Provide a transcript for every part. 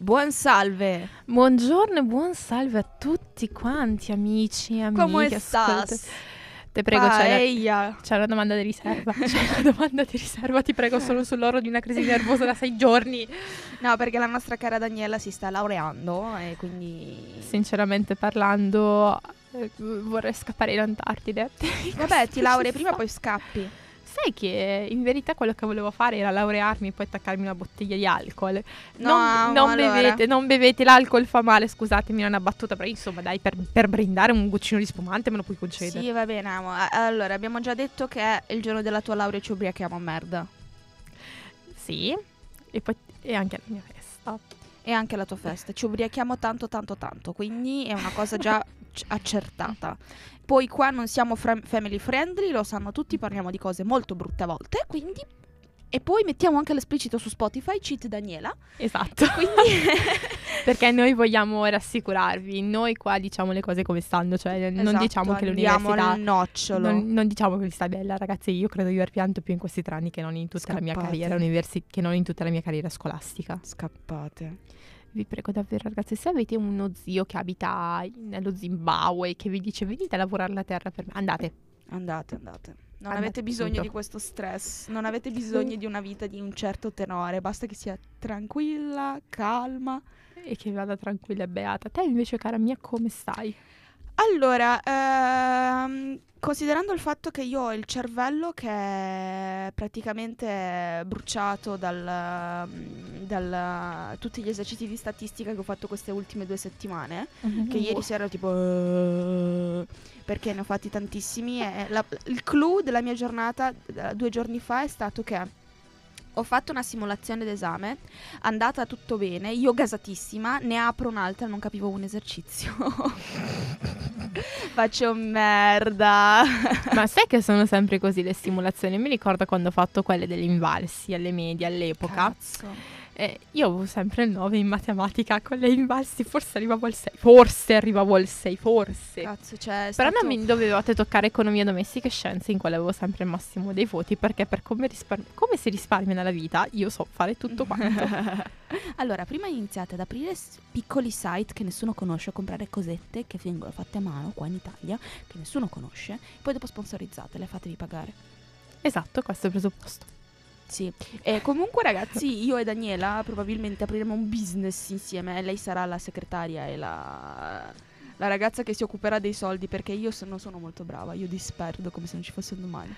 Buon salve. Buongiorno e buon salve a tutti quanti amici e amiche. Come stas? Te prego, Paella. c'è una domanda di riserva. C'è una domanda di riserva, ti prego, solo sull'oro di una crisi nervosa da 6 giorni. No, perché la nostra cara Daniela si sta laureando e quindi... Sinceramente parlando, vorrei scappare in Antartide. Vabbè, ti laurei prima poi scappi. Sai che in verità quello che volevo fare era laurearmi e poi attaccarmi una bottiglia di alcol. No, non allora. non bevete, l'alcol fa male, scusatemi, non è una battuta, però insomma dai, per brindare un goccino di spumante me lo puoi concedere. Sì, va bene, amo. Allora, abbiamo già detto che il giorno della tua laurea ci ubriachiamo a merda. Sì, e poi e anche la mia festa. E anche la tua festa. Ci ubriachiamo tanto, quindi è una cosa già accertata. Poi qua non siamo family friendly, lo sanno tutti, parliamo di cose molto brutte a volte, quindi... E poi mettiamo anche l'esplicito su Spotify, cheat Daniela. Esatto. Quindi... Perché noi vogliamo rassicurarvi, noi qua diciamo le cose come stanno, cioè non Esatto, diciamo che andiamo l'università... al nocciolo. Non diciamo che l'università è bella, ragazzi, io credo di aver pianto più in questi 3 anni che non in tutta la mia Scappate. carriera che non in tutta la mia carriera scolastica. Scappate. Vi prego davvero, ragazzi, se avete uno zio che abita nello Zimbabwe che vi dice venite a lavorare la terra per me, andate. Andate. Non Andate avete bisogno subito. di questo stress, non avete bisogno di una vita di un certo tenore, basta che sia tranquilla, calma. E che vada tranquilla e beata. Te invece, cara mia, come stai? Allora, considerando il fatto che io ho il cervello che è praticamente bruciato dal tutti gli esercizi di statistica che ho fatto queste ultime 2 settimane, che ieri sera ero tipo perché ne ho fatti tantissimi, e il clou della mia giornata 2 giorni fa è stato che ho fatto una simulazione d'esame, andata tutto bene, io gasatissima, ne apro un'altra, non capivo un esercizio. Faccio merda. Ma sai che sono sempre così le simulazioni? Mi ricordo quando ho fatto quelle delle invalsi alle medie all'epoca. Cazzo. Io avevo sempre il 9 in matematica con le invalsi, forse arrivavo al 6. Forse. Cazzo, cioè, è Però stato... non mi dovevate toccare economia domestica e scienze, in quale avevo sempre il massimo dei voti, perché per come si risparmia nella vita, io so fare tutto quanto. Allora, prima iniziate ad aprire piccoli site che nessuno conosce, a comprare cosette che vengono fatte a mano qua in Italia, che nessuno conosce, poi dopo sponsorizzatele, fatevi pagare. Esatto, questo è il presupposto. Sì, e comunque ragazzi, io e Daniela probabilmente apriremo un business insieme. Lei sarà la segretaria e la ragazza che si occuperà dei soldi, perché io non sono molto brava, io disperdo come se non ci fosse un domani.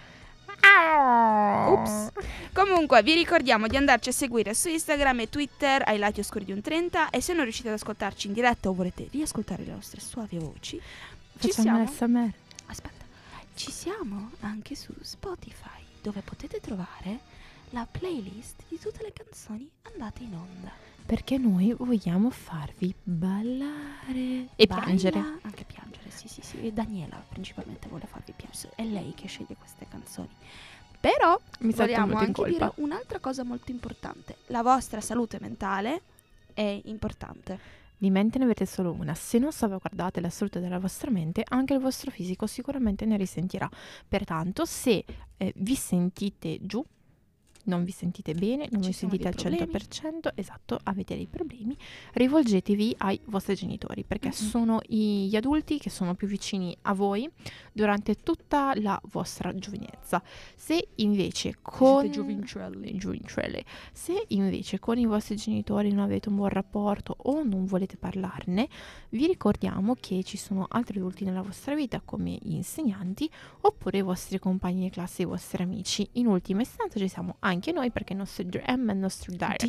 Ups. Comunque vi ricordiamo di andarci a seguire su Instagram e Twitter ai lati oscuri di un 30, e se non riuscite ad ascoltarci in diretta o volete riascoltare le nostre suavi voci, ci Facciamo siamo. l'SMR. Aspetta, ci siamo anche su Spotify, dove potete trovare la playlist di tutte le canzoni andate in onda. Perché noi vogliamo farvi ballare e piangere. Anche piangere, sì. E Daniela principalmente vuole farvi piangere. È lei che sceglie queste canzoni. Però Mi sento vogliamo molto in anche dire colpa. un'altra cosa molto importante. La vostra salute mentale è importante. Di mente ne avete solo una. Se non salvaguardate la salute della vostra mente, anche il vostro fisico sicuramente ne risentirà. Pertanto, se vi sentite giù, non vi sentite bene, non Ci vi sono sentite al dei problemi. 100%, esatto, avete dei problemi, rivolgetevi ai vostri genitori, perché sono gli adulti che sono più vicini a voi durante tutta la vostra giovinezza. Se invece con Siete giovincelli. se invece con i vostri genitori non avete un buon rapporto o non volete parlarne, vi ricordiamo che ci sono altri adulti nella vostra vita, come gli insegnanti oppure i vostri compagni di classe, i vostri amici. In ultima istanza ci siamo anche noi, perché il nostro DM e il nostro direct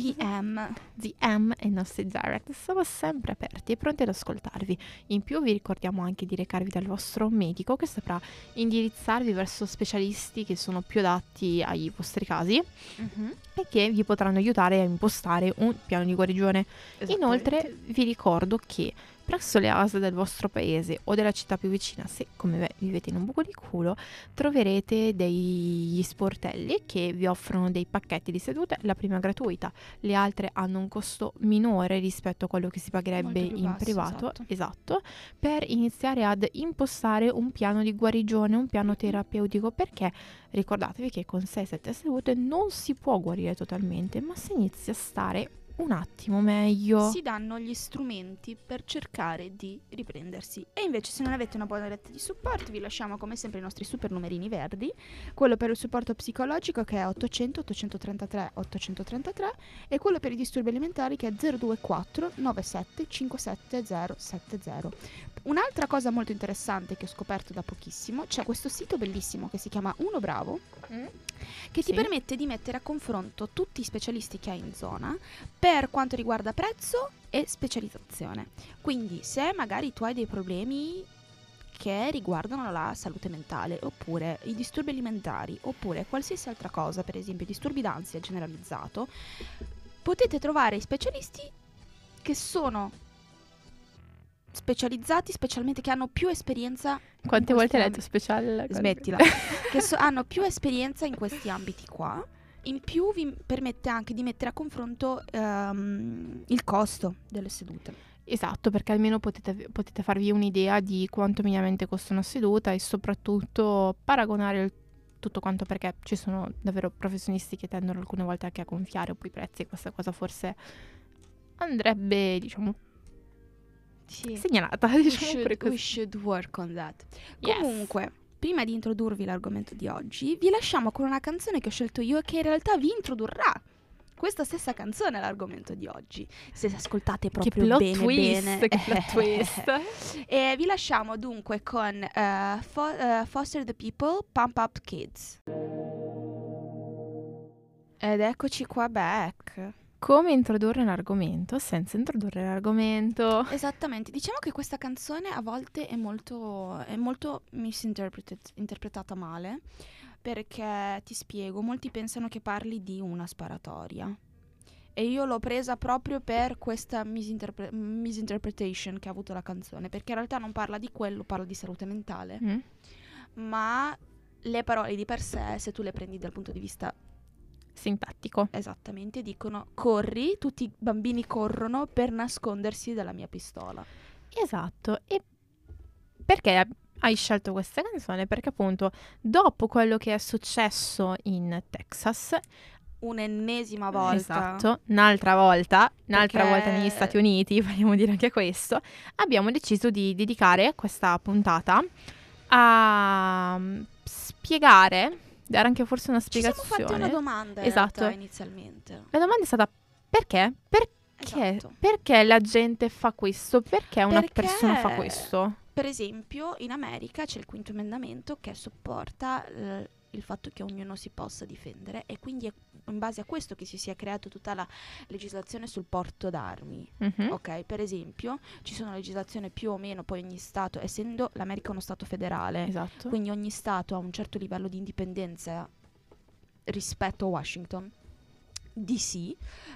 DM e i nostri direct sono sempre aperti e pronti ad ascoltarvi. In più vi ricordiamo anche di recarvi dal vostro medico, che saprà indirizzarvi verso specialisti che sono più adatti ai vostri casi e che vi potranno aiutare a impostare un piano di guarigione. Inoltre vi ricordo che presso le ASL del vostro paese o della città più vicina, se come me vivete in un buco di culo, troverete degli sportelli che vi offrono dei pacchetti di sedute, la prima gratuita, le altre hanno un costo minore rispetto a quello che si pagherebbe Molto più in basso, privato, esatto, per iniziare ad impostare un piano di guarigione, un piano terapeutico, perché ricordatevi che con 6-7 sedute non si può guarire totalmente, ma si inizia a stare un attimo meglio. Si danno gli strumenti per cercare di riprendersi. E invece, se non avete una buona rete di supporto, vi lasciamo come sempre i nostri super numerini verdi. Quello per il supporto psicologico, che è 800 833 833, e quello per i disturbi alimentari, che è 024 97 57070. Un'altra cosa molto interessante che ho scoperto da pochissimo: c'è questo sito bellissimo che si chiama Uno Bravo, che ti permette di mettere a confronto tutti i specialisti che hai in zona per quanto riguarda prezzo e specializzazione. Quindi, se magari tu hai dei problemi che riguardano la salute mentale, oppure i disturbi alimentari, oppure qualsiasi altra cosa, per esempio disturbi d'ansia generalizzato, potete trovare i specialisti che sono specializzati, specialmente che hanno più esperienza. Quante volte hai letto special? Smettila. Che hanno più esperienza in questi ambiti qua. In più vi permette anche di mettere a confronto il costo delle sedute. Esatto, perché almeno potete farvi un'idea di quanto minimamente costa una seduta e soprattutto paragonare tutto quanto, perché ci sono davvero professionisti che tendono alcune volte anche a gonfiare un po' i prezzi, e questa cosa forse andrebbe, diciamo, segnalata, diciamo pure così. We should work on that. Yes. Comunque, prima di introdurvi l'argomento di oggi, vi lasciamo con una canzone che ho scelto io, che in realtà vi introdurrà questa stessa canzone all'argomento di oggi, se ascoltate proprio plot bene twist, bene. che plot twist. E vi lasciamo dunque con Foster the People, Pump Up Kids. Ed eccoci qua back. Come introdurre un argomento senza introdurre l'argomento. Esattamente, diciamo che questa canzone a volte è molto interpretata male, perché ti spiego, molti pensano che parli di una sparatoria e io l'ho presa proprio per questa misinterpretation che ha avuto la canzone, perché in realtà non parla di quello, parla di salute mentale, ma le parole di per sé, se tu le prendi dal punto di vista sintattico, esattamente, dicono: corri, tutti i bambini corrono per nascondersi dalla mia pistola. Esatto. E perché hai scelto questa canzone? Perché appunto dopo quello che è successo in Texas, un'ennesima volta, esatto, un'altra volta negli Stati Uniti, vogliamo dire anche questo, abbiamo deciso di dedicare questa puntata a spiegare, dare anche forse una spiegazione. Ci siamo fatti una domanda, esatto, inizialmente. La domanda è stata: perché? Esatto. Perché la gente fa questo? Perché una persona fa questo? Per esempio, in America c'è il quinto emendamento che sopporta il fatto che ognuno si possa difendere, e quindi è in base a questo che si sia creata tutta la legislazione sul porto d'armi. Ok, per esempio ci sono legislazioni più o meno, poi ogni stato, essendo l'America uno stato federale, esatto, quindi ogni stato ha un certo livello di indipendenza rispetto a Washington DC.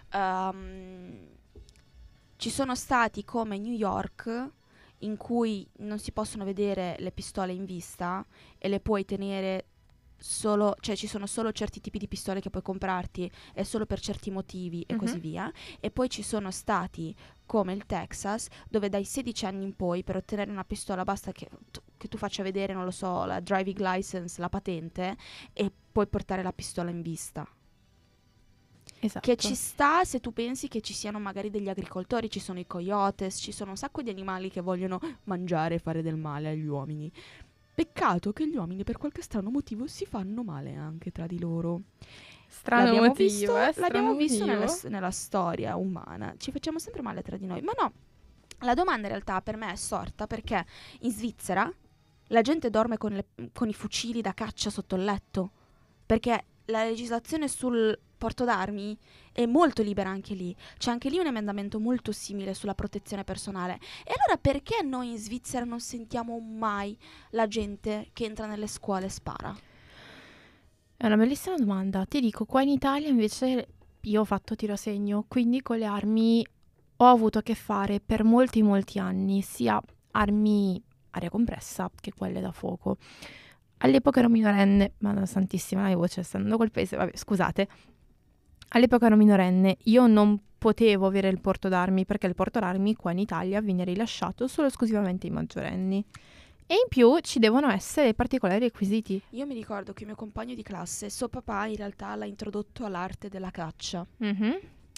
Ci sono stati come New York in cui non si possono vedere le pistole in vista e le puoi tenere solo, cioè ci sono solo certi tipi di pistole che puoi comprarti e solo per certi motivi e così via. E poi ci sono stati come il Texas, dove dai 16 anni in poi per ottenere una pistola basta che tu faccia vedere, non lo so, la driving license, la patente, e puoi portare la pistola in vista. Esatto. Che ci sta se tu pensi che ci siano magari degli agricoltori, ci sono i coyotes, ci sono un sacco di animali che vogliono mangiare e fare del male agli uomini. Peccato che gli uomini per qualche strano motivo si fanno male anche tra di loro. L'abbiamo visto nella storia umana, ci facciamo sempre male tra di noi. Ma no, la domanda in realtà per me è sorta perché in Svizzera la gente dorme con i fucili da caccia sotto il letto, perché la legislazione sul porto d'armi è molto libera anche lì. C'è anche lì un emendamento molto simile sulla protezione personale. E allora perché noi in Svizzera non sentiamo mai la gente che entra nelle scuole e spara? È una bellissima domanda. Ti dico, qua in Italia invece io ho fatto tiro a segno, quindi con le armi ho avuto a che fare per molti anni, sia armi aria compressa che quelle da fuoco. All'epoca ero minorenne, madonna santissima, la mia voce sta andando col paese, vabbè, scusate. All'epoca ero minorenne, io non potevo avere il porto d'armi perché il porto d'armi qua in Italia viene rilasciato solo esclusivamente ai maggiorenni. E in più ci devono essere particolari requisiti. Io mi ricordo che il mio compagno di classe, suo papà in realtà l'ha introdotto all'arte della caccia.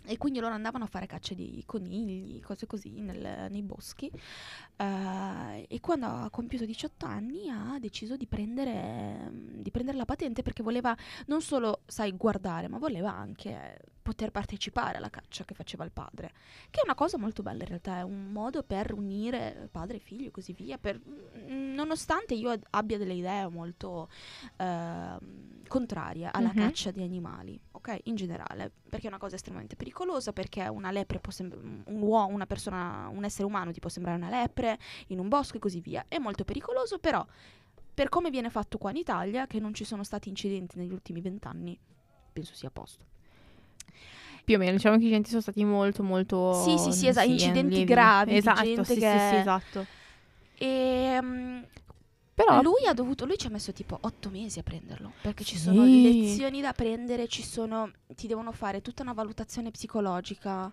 E quindi loro andavano a fare caccia di conigli, cose così, nei boschi. E quando ha compiuto 18 anni ha deciso di prendere la patente, perché voleva non solo, sai, guardare, ma voleva anche poter partecipare alla caccia che faceva il padre. Che è una cosa molto bella in realtà, è un modo per unire padre e figlio e così via. Nonostante io abbia delle idee molto contrarie alla caccia di animali, ok? In generale, perché è una cosa estremamente pericolosa, perché una lepre può una persona, un essere umano ti può sembrare una lepre in un bosco e così via. È molto pericoloso, però per come viene fatto qua in Italia, che non ci sono stati incidenti negli ultimi 20 anni, penso sia a posto. Più o meno, diciamo che i incidenti sono stati molto molto sì, esatto, incidenti gravi, esatto, di gente sì, che... sì, esatto. Però lui ci ha messo tipo 8 mesi a prenderlo, perché ci sono lezioni da prendere, ti devono fare tutta una valutazione psicologica,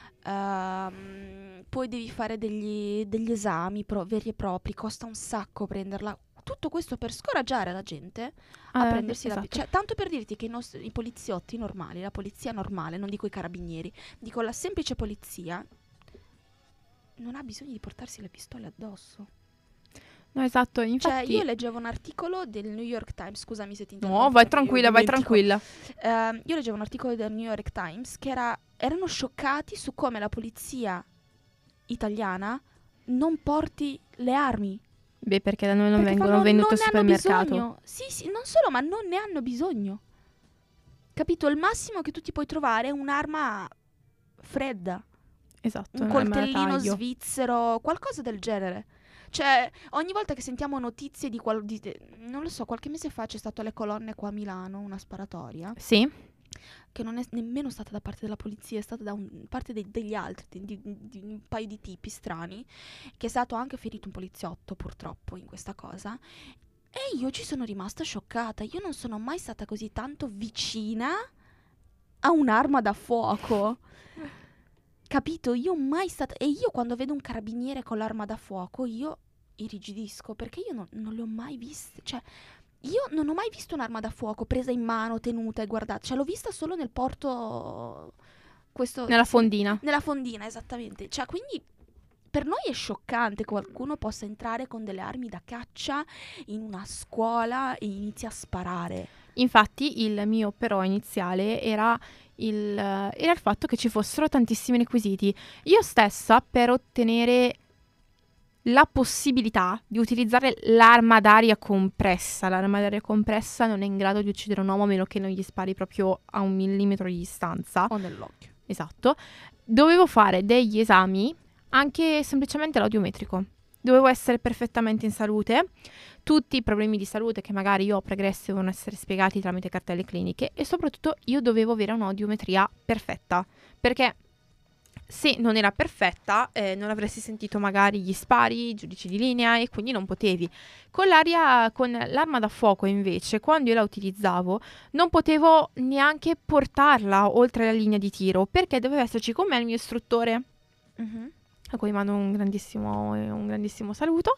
poi devi fare degli esami veri e propri, costa un sacco prenderla. Tutto questo per scoraggiare la gente a prendersi esatto. cioè, tanto per dirti che i poliziotti normali, la polizia normale, non dico i carabinieri, dico la semplice polizia, non ha bisogno di portarsi le pistole addosso. No, esatto, infatti... Cioè, io leggevo un articolo del New York Times, scusami se ti interrompo. No, vai tranquilla. Io leggevo un articolo del New York Times che erano scioccati su come la polizia italiana non porti le armi. Beh, perché da noi non Perché vengono vendute al supermercato. Bisogno. Sì, non solo, ma non ne hanno bisogno. Capito? Il massimo che tu ti puoi trovare è un'arma fredda. Esatto. Un coltellino svizzero, qualcosa del genere. Cioè, ogni volta che sentiamo notizie non lo so, qualche mese fa c'è stato alle colonne qua a Milano una sparatoria. Sì. Che non è nemmeno stata da parte della polizia, è stata da parte degli altri, di un paio di tipi strani, che è stato anche ferito un poliziotto purtroppo in questa cosa. E io ci sono rimasta scioccata, io non sono mai stata così tanto vicina a un'arma da fuoco. Capito? Io mai stata... E io quando vedo un carabiniere con l'arma da fuoco, io irrigidisco, perché io non le ho mai viste. Cioè, io non ho mai visto un'arma da fuoco presa in mano, tenuta e guardata. Cioè, l'ho vista solo nel porto... Nella fondina. Nella fondina, esattamente. Cioè, quindi... Per noi è scioccante che qualcuno possa entrare con delle armi da caccia in una scuola e inizi a sparare. Infatti il mio però iniziale era il fatto che ci fossero tantissimi requisiti. Io stessa, per ottenere la possibilità di utilizzare l'arma d'aria compressa non è in grado di uccidere un uomo a meno che non gli spari proprio a 1 millimetro di distanza. O nell'occhio. Esatto. Dovevo fare degli esami, anche semplicemente l'audiometrico. Dovevo essere perfettamente in salute. Tutti i problemi di salute che magari io ho pregressi devono essere spiegati tramite cartelle cliniche, e soprattutto io dovevo avere un'audiometria perfetta, perché se non era perfetta non avresti sentito magari gli spari, i giudici di linea, e quindi non potevi. Con l'arma da fuoco invece, quando io la utilizzavo, non potevo neanche portarla oltre la linea di tiro, perché doveva esserci con me il mio istruttore. A cui mando un grandissimo saluto.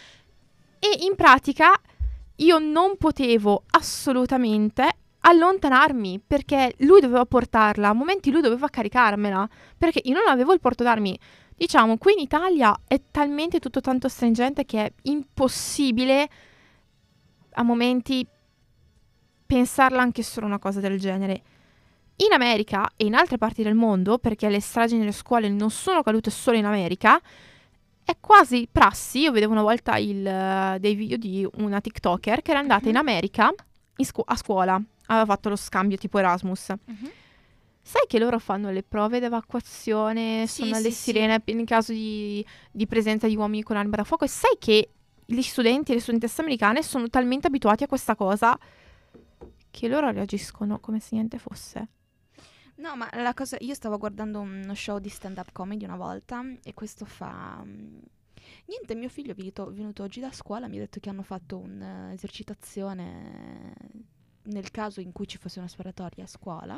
E in pratica io non potevo assolutamente allontanarmi, perché lui doveva portarla, a momenti lui doveva caricarmela, perché io non avevo il portodarmi. Diciamo, qui in Italia è talmente tutto tanto stringente che è impossibile a momenti pensarla anche solo una cosa del genere. In America e in altre parti del mondo, perché le stragi nelle scuole non sono cadute solo in America, è quasi prassi. Io vedevo una volta dei video di una TikToker che era andata in America a scuola, aveva fatto lo scambio tipo Erasmus. Sai che loro fanno le prove d'evacuazione, suonano le sirene in caso di presenza di uomini con arma da fuoco, e sai che gli studenti e le studentesse americane sono talmente abituati a questa cosa che loro reagiscono come se niente fosse. No, ma io stavo guardando uno show di stand-up comedy una volta, e questo fa... Niente, mio figlio è venuto oggi da scuola, mi ha detto che hanno fatto un'esercitazione nel caso in cui ci fosse una sparatoria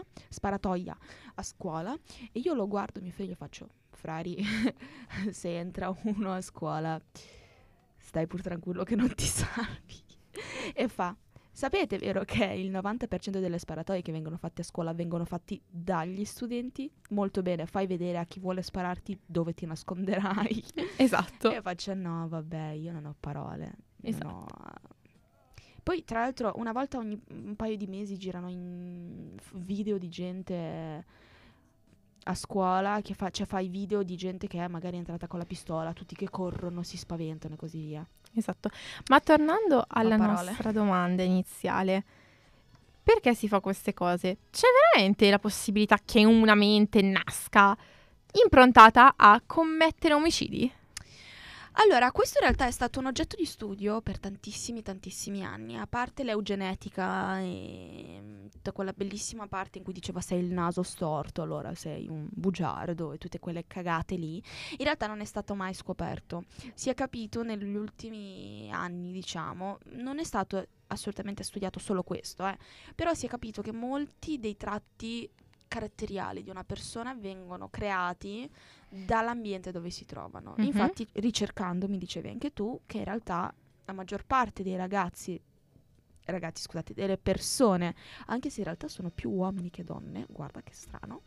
a scuola, e io lo guardo mio figlio e faccio: Frari, se entra uno a scuola, stai pur tranquillo che non ti salvi. E fa: Sapete, vero, che il 90% delle sparatorie che vengono fatte a scuola vengono fatti dagli studenti? Molto bene, fai vedere a chi vuole spararti dove ti nasconderai. Esatto. E faccio, no, vabbè, io non ho parole. Esatto. No. Poi, tra l'altro, una volta ogni un paio di mesi girano video di gente a scuola che fai video di gente che magari è entrata con la pistola, tutti che corrono, si spaventano e così via. Esatto. Ma tornando alla parole. nostra domanda iniziale, perché si fa queste cose? C'è veramente la possibilità che una mente nasca improntata a commettere omicidi? Allora, questo in realtà è stato un oggetto di studio per tantissimi anni, a parte l'eugenetica e tutta quella bellissima parte in cui diceva sei il naso storto, allora sei un bugiardo e tutte quelle cagate lì, in realtà non è stato mai scoperto. Si è capito negli ultimi anni, diciamo, non è stato assolutamente studiato solo questo, però si è capito che molti dei tratti caratteriali di una persona vengono creati dall'ambiente dove si trovano. Mhm. Infatti, ricercando, mi dicevi anche tu che in realtà la maggior parte dei ragazzi, scusate, delle persone, anche se in realtà sono più uomini che donne, guarda che strano,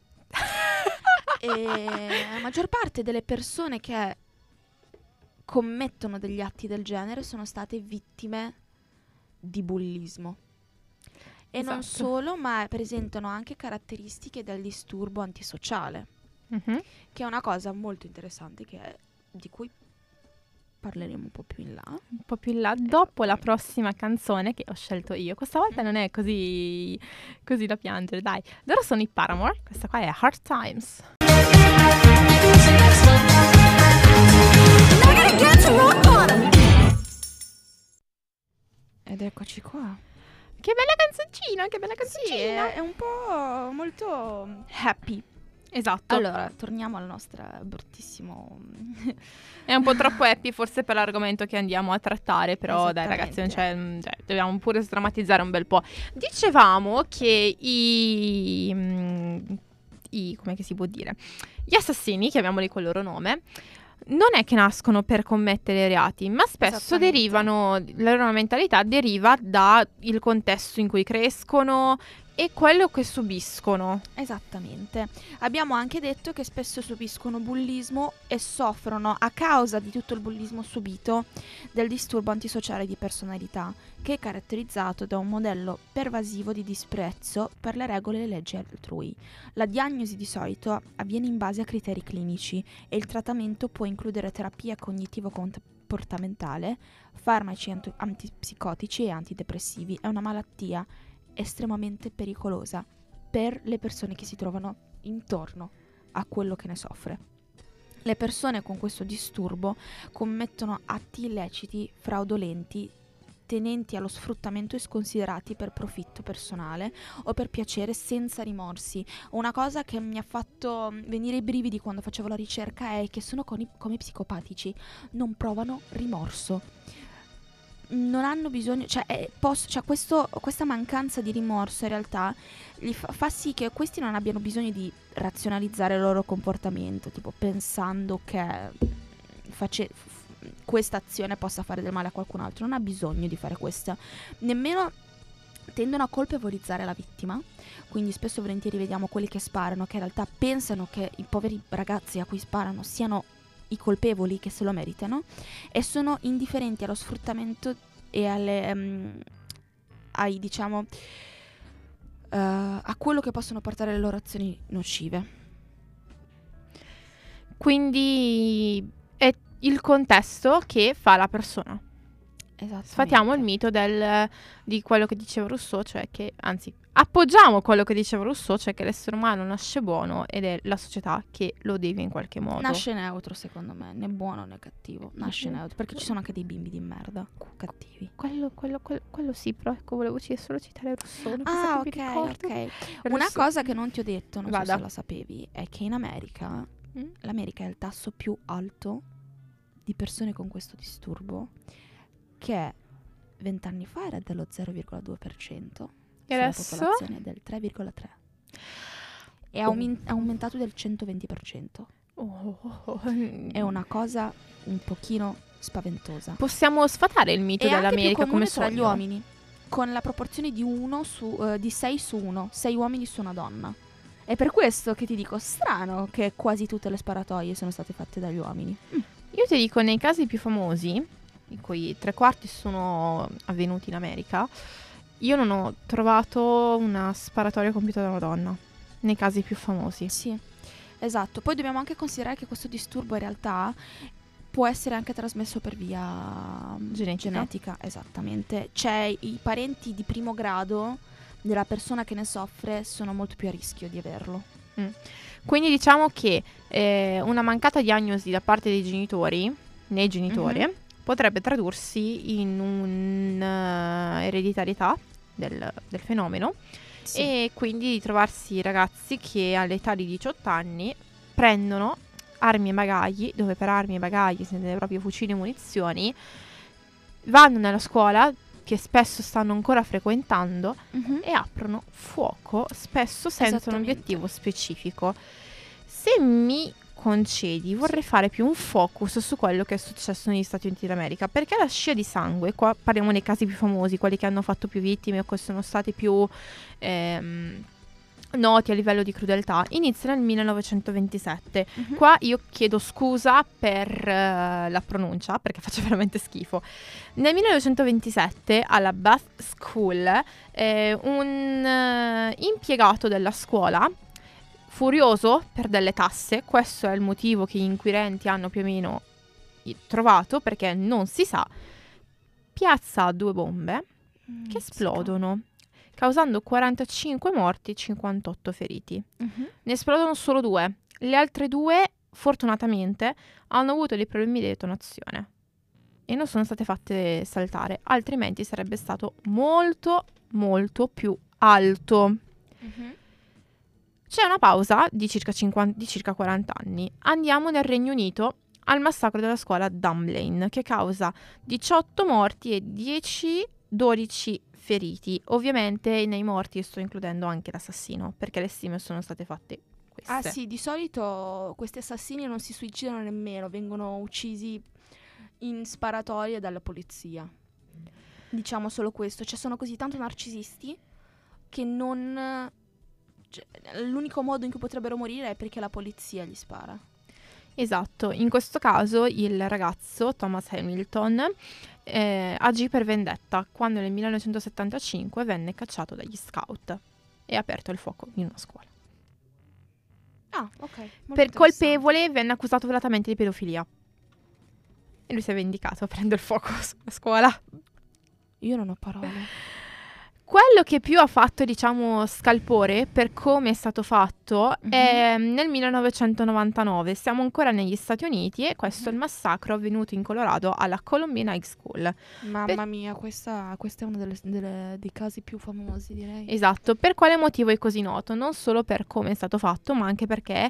e la maggior parte delle persone che commettono degli atti del genere sono state vittime di bullismo. E non Esatto. solo, ma presentano anche caratteristiche del disturbo antisociale, Mhm. che è una cosa molto interessante di cui parleremo un po' più in là. Un po' più in là, dopo la prossima canzone che ho scelto io. Questa volta non è così da piangere, dai. Loro sono i Paramore, questa qua è Hard Times. Ed eccoci qua. Che bella canzoncina, che bella Sì, canzoncina. è un po' molto happy. Esatto. Allora, torniamo al nostro bruttissimo... È un po' troppo happy forse per l'argomento che andiamo a trattare, però dai ragazzi, non Esattamente. c'è, dobbiamo pure sdrammatizzare un bel po'. Dicevamo che come che si può dire? Gli assassini, chiamiamoli col loro nome, non è che nascono per commettere reati, ma spesso Esattamente. la loro mentalità deriva dal contesto in cui crescono e quello che subiscono. Esattamente. Abbiamo anche detto che spesso subiscono bullismo e soffrono a causa di tutto il bullismo subito del disturbo antisociale di personalità, che è caratterizzato da un modello pervasivo di disprezzo per le regole e le leggi altrui. La diagnosi di solito avviene in base a criteri clinici e il trattamento può includere terapia cognitivo-comportamentale, farmaci antipsicotici e antidepressivi. È una malattia estremamente pericolosa per le persone che si trovano intorno a quello che ne soffre. Le persone con questo disturbo commettono atti illeciti, fraudolenti, tenenti allo sfruttamento e sconsiderati per profitto personale o per piacere senza rimorsi. Una cosa che mi ha fatto venire i brividi quando facevo la ricerca è che sono come psicopatici, non provano rimorso. Non hanno bisogno, questa mancanza di rimorso in realtà fa sì che questi non abbiano bisogno di razionalizzare il loro comportamento, tipo pensando che questa azione possa fare del male a qualcun altro. Non ha bisogno di fare questo, nemmeno tendono a colpevolizzare la vittima, quindi spesso e volentieri vediamo quelli che sparano che in realtà pensano che i poveri ragazzi a cui sparano siano i colpevoli che se lo meritano e sono indifferenti allo sfruttamento e a quello che possono portare le loro azioni nocive. Quindi è il contesto che fa la persona. Sfatiamo il mito di quello che diceva Rousseau, cioè che, anzi, appoggiamo quello che diceva Rousseau, cioè che l'essere umano nasce buono ed è la società che lo deve in qualche modo. Nasce neutro, secondo me, né buono né cattivo. Nasce neutro, perché ci sono anche dei bimbi di merda cattivi. Quello sì, però ecco, volevo solo citare Rousseau. Ok. Una cosa che non ti ho detto, non so se la sapevi, è che in America, l'America è il tasso più alto di persone con questo disturbo, che 20 anni fa era dello 0,2%. E adesso? La popolazione è del 3,3%. È aumentato del 120%. È una cosa un pochino spaventosa. Possiamo sfatare il mito dell'America come tra gli uomini. con la proporzione di 6 su 1, 6 uomini su una donna. È per questo che ti dico, strano che quasi tutte le sparatorie sono state fatte dagli uomini. Io ti dico, nei casi più famosi, in cui 3/4 sono avvenuti in America, io non ho trovato una sparatoria compiuta da una donna, nei casi più famosi. Sì, esatto. Poi dobbiamo anche considerare che questo disturbo in realtà può essere anche trasmesso per via genetica. Esattamente. Cioè, i parenti di primo grado della persona che ne soffre sono molto più a rischio di averlo. Quindi diciamo che una mancata diagnosi da parte dei genitori, nei genitori, potrebbe tradursi in un'ereditarietà del fenomeno, Sì. e quindi trovarsi ragazzi che all'età di 18 anni prendono armi e bagagli, dove per armi e bagagli si intende proprio fucili e munizioni, vanno nella scuola che spesso stanno ancora frequentando e aprono fuoco, spesso senza un obiettivo specifico. Se mi concedi, vorrei fare più un focus su quello che è successo negli Stati Uniti d'America, perché la scia di sangue, qua parliamo dei casi più famosi, quelli che hanno fatto più vittime o che sono stati più noti a livello di crudeltà, inizia nel 1927. Qua io chiedo scusa per la pronuncia, perché faccio veramente schifo. Nel 1927 alla Bath School un impiegato della scuola, furioso per delle tasse, questo è il motivo che gli inquirenti hanno più o meno trovato, perché non si sa, piazza 2 bombe che esplodono, causando 45 morti e 58 feriti. Ne esplodono solo 2. Le altre 2, fortunatamente, hanno avuto dei problemi di detonazione e non sono state fatte saltare, altrimenti sarebbe stato molto, molto più alto. C'è una pausa di circa 40 anni. Andiamo nel Regno Unito al massacro della scuola Dunblane, che causa 18 morti e 12 feriti. Ovviamente nei morti sto includendo anche l'assassino, perché le stime sono state fatte queste. Ah sì, di solito questi assassini non si suicidano nemmeno, vengono uccisi in sparatorie dalla polizia. Diciamo solo questo, cioè sono così tanto narcisisti che non... l'unico modo in cui potrebbero morire è perché la polizia gli spara. Esatto, in questo caso il ragazzo Thomas Hamilton agì per vendetta quando nel 1975 venne cacciato dagli scout e aperto il fuoco in una scuola. Ah, ok. Per colpevole venne accusato velatamente di pedofilia e lui si è vendicato aprendo il fuoco sulla scuola. Io non ho parole. Quello che più ha fatto, diciamo, scalpore per come è stato fatto è nel 1999. Siamo ancora negli Stati Uniti e questo è il massacro avvenuto in Colorado alla Columbine High School. Mamma mia, questa è uno dei casi più famosi, direi. Esatto. Per quale motivo è così noto? Non solo per come è stato fatto, ma anche perché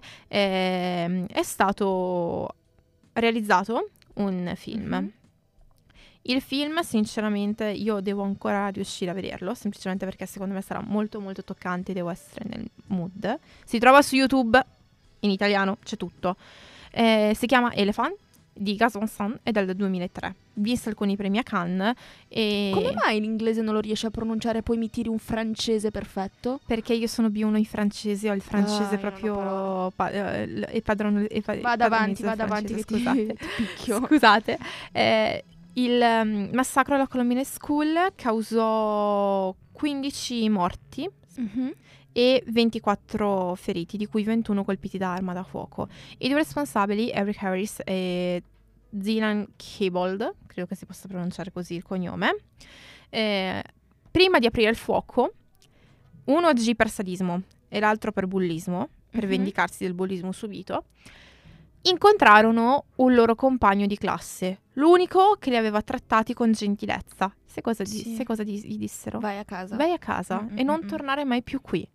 è stato realizzato un film. Il film, sinceramente, io devo ancora riuscire a vederlo, semplicemente perché secondo me sarà molto molto toccante, devo essere nel mood. Si trova su YouTube, in italiano, c'è tutto. Si chiama Elephant, di Gus Van Sant, ed è del 2003. Vinse alcuni premi a Cannes. E come mai in inglese non lo riesci a pronunciare e poi mi tiri un francese perfetto? Perché io sono B1 in francese, ho il francese proprio... Vada avanti che scusate. ti picchio. Scusate. Il massacro alla Columbine School causò 15 morti e 24 feriti, di cui 21 colpiti da arma da fuoco. I 2 responsabili, Eric Harris e Zilan Kiebold, credo che si possa pronunciare così il cognome, prima di aprire il fuoco, uno agì per sadismo e l'altro per bullismo, per vendicarsi del bullismo subito. Incontrarono un loro compagno di classe, l'unico che li aveva trattati con gentilezza. Sai cosa gli dissero? Vai a casa. Vai a casa e non tornare mai più qui.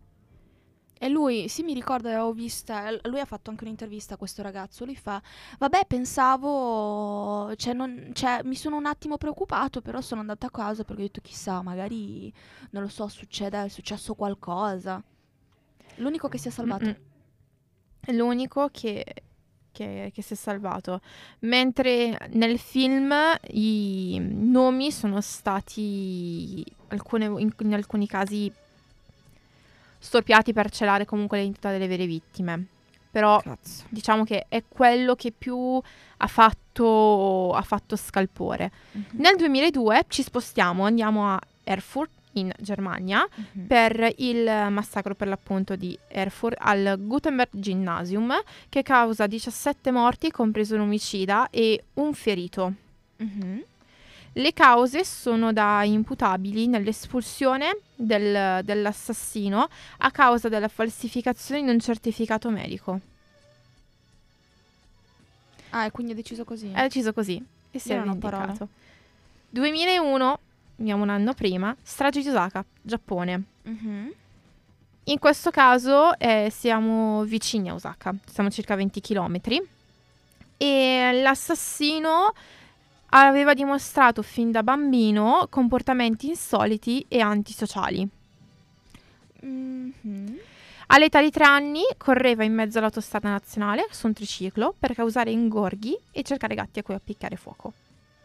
E lui, sì, mi ricordo, l'avevo vista, lui ha fatto anche un'intervista a questo ragazzo, lui fa, vabbè, pensavo, mi sono un attimo preoccupato, però sono andata a casa perché ho detto, chissà, magari, non lo so, è successo qualcosa. L'unico che si è salvato. È l'unico che che si è salvato, mentre nel film i nomi sono stati in alcuni casi storpiati per celare comunque l'identità delle vere vittime. Però Cazzo. diciamo che è quello che più ha fatto scalpore. Nel 2002 ci spostiamo, andiamo a Erfurt in Germania per il massacro per l'appunto di Erfurt al Gutenberg Gymnasium, che causa 17 morti, compreso un omicida e un ferito. Le cause sono da imputabili nell'espulsione dell'assassino a causa della falsificazione di un certificato medico. Ah, e quindi è deciso così? È deciso così e si è Era una parola. vendicato. 2001, andiamo un anno prima, strage di Osaka, Giappone. In questo caso siamo vicini a Osaka, siamo circa 20 chilometri, e l'assassino aveva dimostrato fin da bambino comportamenti insoliti e antisociali. All'età di 3 anni correva in mezzo all'autostrada nazionale su un triciclo per causare ingorghi e cercare gatti a cui appiccare fuoco.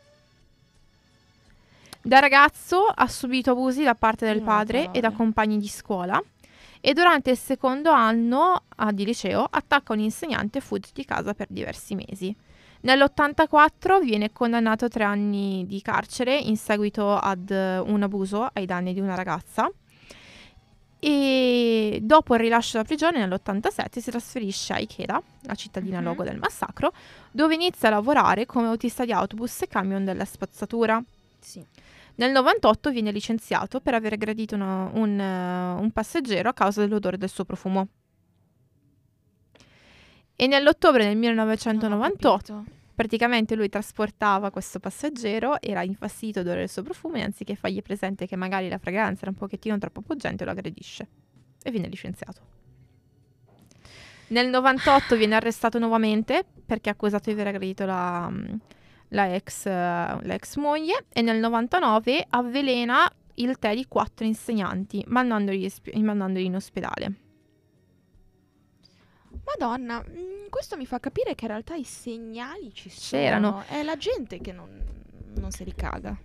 Da ragazzo ha subito abusi da parte del padre e da compagni di scuola, e durante il secondo anno di liceo attacca un insegnante e fugge di casa per diversi mesi. Nell'84 viene condannato a 3 anni di carcere in seguito ad un abuso ai danni di una ragazza, e dopo il rilascio dalla prigione nell'87 si trasferisce a Ikeda, la cittadina luogo del massacro, dove inizia a lavorare come autista di autobus e camion della spazzatura. Sì. Nel 98 viene licenziato per aver aggredito un passeggero a causa dell'odore del suo profumo. E nell'ottobre del 1998 praticamente lui trasportava questo passeggero, era infastidito dall'odore del suo profumo, e anziché fargli presente che magari la fragranza era un pochettino troppo pungente, lo aggredisce e viene licenziato. Nel 98 viene arrestato nuovamente perché è accusato di aver aggredito la ex moglie, e nel 99 avvelena il tè di 4 insegnanti mandandoli in ospedale. Madonna, questo mi fa capire che in realtà i segnali ci sono. C'erano. È la gente che non si ricaga.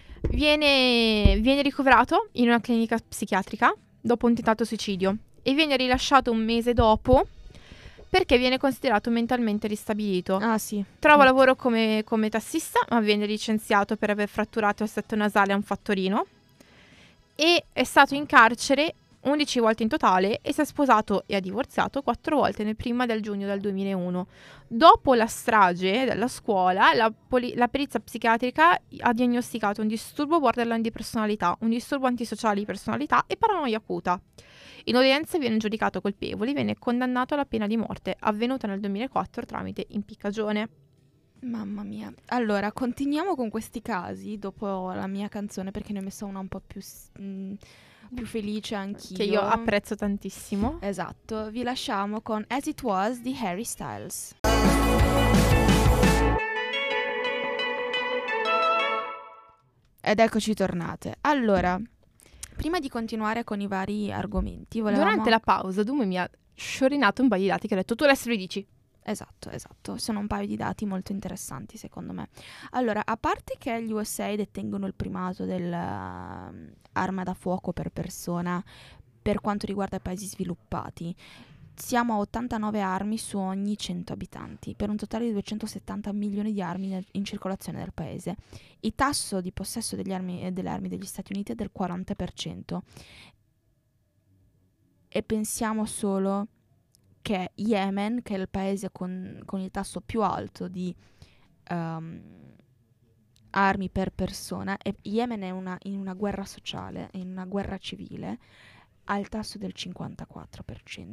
Viene ricoverato in una clinica psichiatrica dopo un tentato suicidio e viene rilasciato un mese dopo perché viene considerato mentalmente ristabilito. Ah, sì. Trova lavoro come tassista, ma viene licenziato per aver fratturato il setto nasale a un fattorino, e è stato in carcere 11 volte in totale e si è sposato e ha divorziato 4 volte nel prima del giugno del 2001. Dopo la strage della scuola, la perizia psichiatrica ha diagnosticato un disturbo borderline di personalità, un disturbo antisociale di personalità e paranoia acuta. In udienza viene giudicato colpevole e viene condannato alla pena di morte, avvenuta nel 2004 tramite impiccagione. Mamma mia. Allora, continuiamo con questi casi dopo la mia canzone, perché ne ho messa una un po' più felice anch'io. Che io apprezzo tantissimo. Esatto. Vi lasciamo con As It Was di Harry Styles. Ed eccoci tornate. Allora, prima di continuare con i vari argomenti, Durante la pausa Dume mi ha sciorinato un paio di dati che ha detto tu adesso li dici. Esatto, sono un paio di dati molto interessanti secondo me. Allora, a parte che gli USA detengono il primato dell'arma da fuoco per persona per quanto riguarda i paesi sviluppati, siamo a 89 armi su ogni 100 abitanti, per un totale di 270 milioni di armi in circolazione nel paese. Il tasso di possesso delle armi degli Stati Uniti è del 40%. E pensiamo solo che Yemen, che è il paese con il tasso più alto di armi per persona, e Yemen è in una guerra sociale, in una guerra civile, ha il tasso del 54%.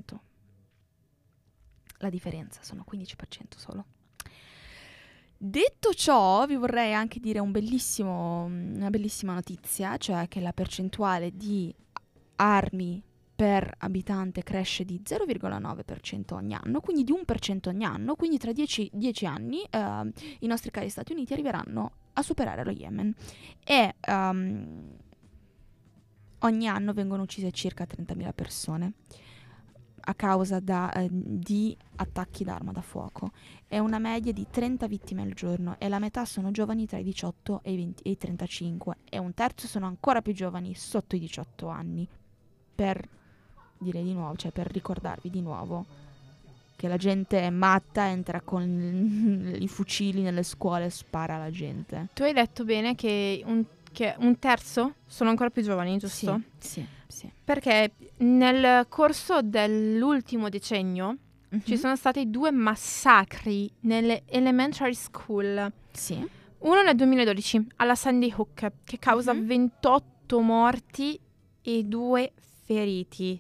La differenza sono 15% solo. Detto ciò, vi vorrei anche dire una bellissima notizia, cioè che la percentuale di armi per abitante cresce di 0,9% ogni anno, quindi di 1% ogni anno, quindi tra 10 anni i nostri cari Stati Uniti arriveranno a superare lo Yemen, e ogni anno vengono uccise circa 30.000 persone. a causa di attacchi d'arma da fuoco. È una media di 30 vittime al giorno e la metà sono giovani tra i 18 e i 35 e un terzo sono ancora più giovani, sotto i 18 anni. Per dire di nuovo, cioè per ricordarvi di nuovo che la gente è matta, entra con i fucili nelle scuole e spara alla gente. Tu hai detto bene che un terzo sono ancora più giovani, giusto? Sì. Perché nel corso dell'ultimo decennio ci sono stati 2 massacri nelle elementary school. Sì. Uno nel 2012 alla Sandy Hook, che causa 28 morti e 2 feriti.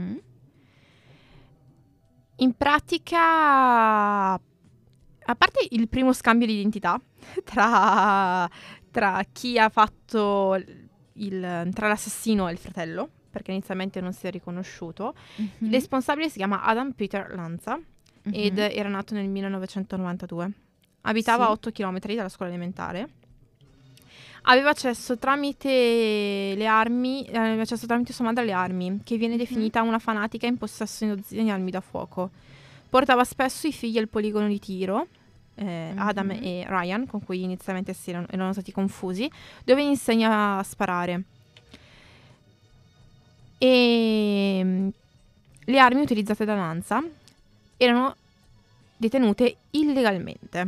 In pratica, a parte il primo scambio di identità tra chi ha fatto tra l'assassino e il fratello, perché inizialmente non si è riconosciuto, il responsabile si chiama Adam Peter Lanza ed era nato nel 1992. Abitava a 8 km dalla scuola elementare. Aveva accesso tramite le armi, tramite sua madre alle armi, che viene definita una fanatica in possesso di armi da fuoco. Portava spesso i figli al poligono di tiro, Adam e Ryan, con cui inizialmente erano stati confusi, dove insegna a sparare. E le armi utilizzate da Lanza erano detenute illegalmente.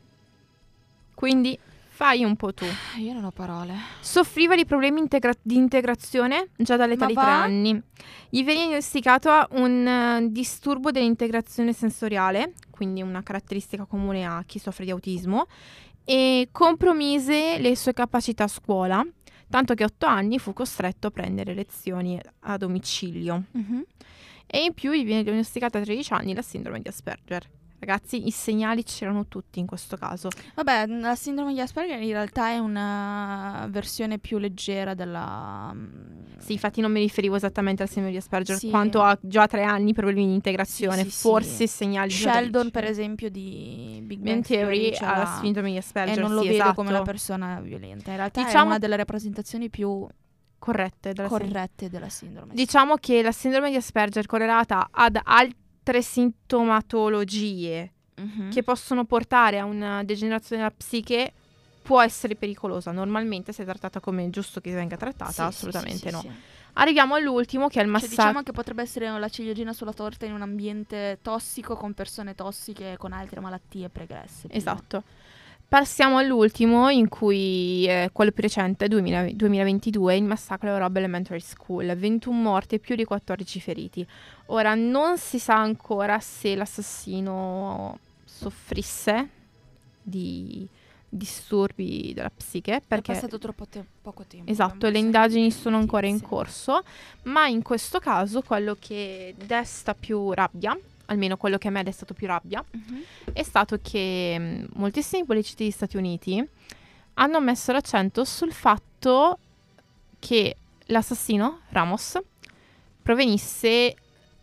Quindi fai un po' tu. Io non ho parole. Soffriva di problemi di integrazione già dall'età di 3 anni. Gli veniva diagnosticato un disturbo dell'integrazione sensoriale, quindi una caratteristica comune a chi soffre di autismo, e compromise le sue capacità a scuola, tanto che a 8 anni fu costretto a prendere lezioni a domicilio. E in più gli viene diagnosticata a 13 anni la sindrome di Asperger. Ragazzi, i segnali c'erano tutti in questo caso. Vabbè, la sindrome di Asperger in realtà è una versione più leggera della... Sì, infatti non mi riferivo esattamente al sindrome di Asperger, quanto a già 3 anni problemi di integrazione, forse segnali... Sheldon, per esempio, di Big Bang Theory ha la sindrome di Asperger, e non lo vedo come una persona violenta. In realtà è una delle rappresentazioni più... corrette della sindrome. Diciamo che la sindrome di Asperger correlata ad altre sintomatologie che possono portare a una degenerazione della psiche può essere pericolosa. Normalmente, se è trattata come è giusto che venga trattata, assolutamente no. Arriviamo all'ultimo, che è il massacro. Diciamo che potrebbe essere la ciliegina sulla torta in un ambiente tossico, con persone tossiche, con altre malattie pregresse. Esatto. Passiamo all'ultimo, in cui quello più recente, 2022, il massacro alla Robb Elementary School, 21 morti e più di 14 feriti. Ora, non si sa ancora se l'assassino soffrisse di disturbi della psiche, perché è passato poco tempo. Esatto, le indagini sono ancora in corso, ma in questo caso quello che desta più rabbia, almeno quello che a me ha destato più rabbia, è stato che moltissimi politici degli Stati Uniti hanno messo l'accento sul fatto che l'assassino, Ramos, provenisse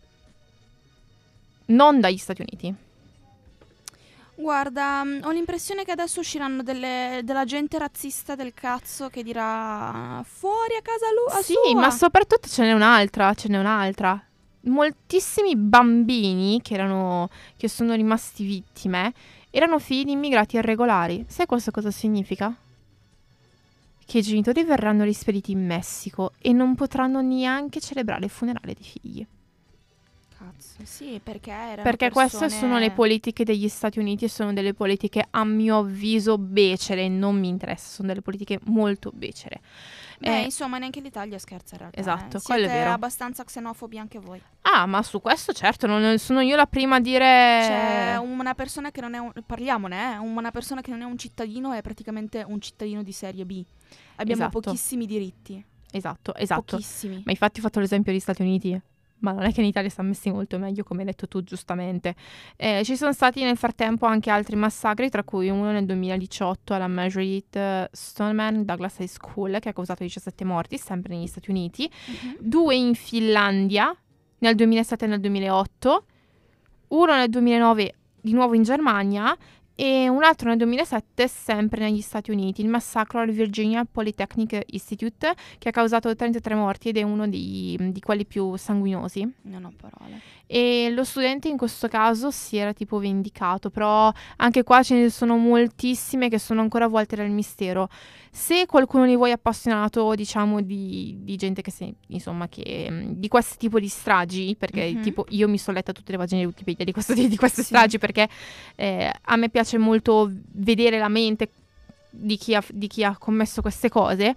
non dagli Stati Uniti. Guarda, ho l'impressione che adesso usciranno della gente razzista del cazzo che dirà fuori a casa sua. Sì, ma soprattutto ce n'è un'altra. Moltissimi bambini che sono rimasti vittime erano figli di immigrati irregolari. Sai questo cosa significa? Che i genitori verranno rispediti in Messico e non potranno neanche celebrare il funerale dei figli. Cazzo, sì, perché queste sono le politiche degli Stati Uniti e sono delle politiche, a mio avviso, becere. Non mi interessa, sono delle politiche molto becere. Insomma, neanche l'Italia scherza in realtà. Esatto, quello è vero. Siete abbastanza xenofobi anche voi. Ah, ma su questo certo, non sono io la prima a dire... C'è una persona che non è parliamone, una persona che non è un cittadino è praticamente un cittadino di serie B. Abbiamo pochissimi diritti. Esatto. Pochissimi. Ma infatti ho fatto l'esempio degli Stati Uniti. Ma non è che in Italia sta messi molto meglio, come hai detto tu giustamente. Ci sono stati nel frattempo anche altri massacri, tra cui uno nel 2018 alla Marjorie Stoneman Douglas High School, che ha causato 17 morti, sempre negli Stati Uniti. 2 in Finlandia, nel 2007 e nel 2008. Uno nel 2009, di nuovo in Germania. E un altro nel 2007, sempre negli Stati Uniti, il massacro al Virginia Polytechnic Institute, che ha causato 33 morti ed è uno di quelli più sanguinosi. Non ho parole. e lo studente in questo caso si era tipo vendicato, però anche qua ce ne sono moltissime che sono ancora avvolte dal mistero. Se qualcuno di voi è appassionato, diciamo, di gente di questo tipo di stragi, perché tipo io mi sono letta tutte le pagine di Wikipedia di queste stragi, perché a me piace molto vedere la mente di chi ha commesso queste cose,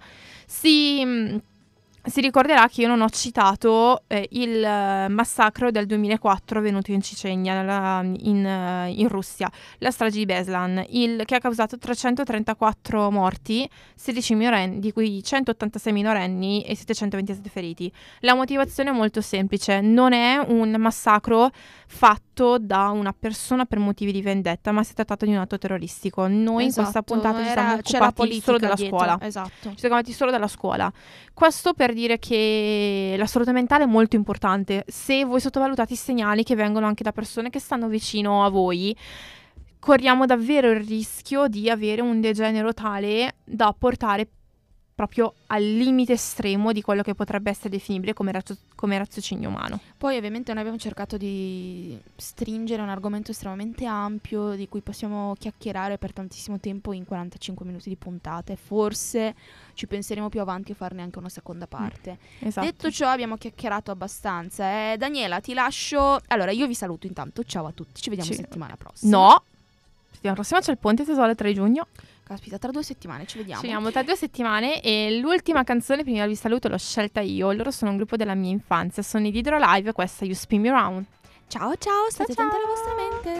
si ricorderà che io non ho citato il massacro del 2004 avvenuto in Cecenia, in Russia, la strage di Beslan, che ha causato 334 morti, 16 minorenni, di cui 186 minorenni e 727 feriti. La motivazione è molto semplice, non è un massacro fatto da una persona per motivi di vendetta, ma si è trattato di un atto terroristico. Noi in questa puntata ci siamo occupati solo della scuola. Esatto. Ci siamo occupati solo della scuola. Questo per dire che la salute mentale è molto importante. Se voi sottovalutate i segnali che vengono anche da persone che stanno vicino a voi, corriamo davvero il rischio di avere un degenero tale da portare proprio al limite estremo di quello che potrebbe essere definibile come raziocinio umano. Poi ovviamente noi abbiamo cercato di stringere un argomento estremamente ampio di cui possiamo chiacchierare per tantissimo tempo in 45 minuti di puntate. Forse ci penseremo più avanti a farne anche una seconda parte. Esatto. Detto ciò, abbiamo chiacchierato abbastanza. Daniela, ti lascio. Allora, io vi saluto intanto. Ciao a tutti, ci vediamo settimana prossima. No, settimana prossima c'è il Ponte Tesoro 3 giugno. Caspita, tra 2 settimane ci vediamo. Ci vediamo tra 2 settimane e l'ultima canzone, prima vi saluto, l'ho scelta io. Loro sono un gruppo della mia infanzia, sono i Didro Live, questa You Spin Me Round. Ciao, state attenti alla vostra mente.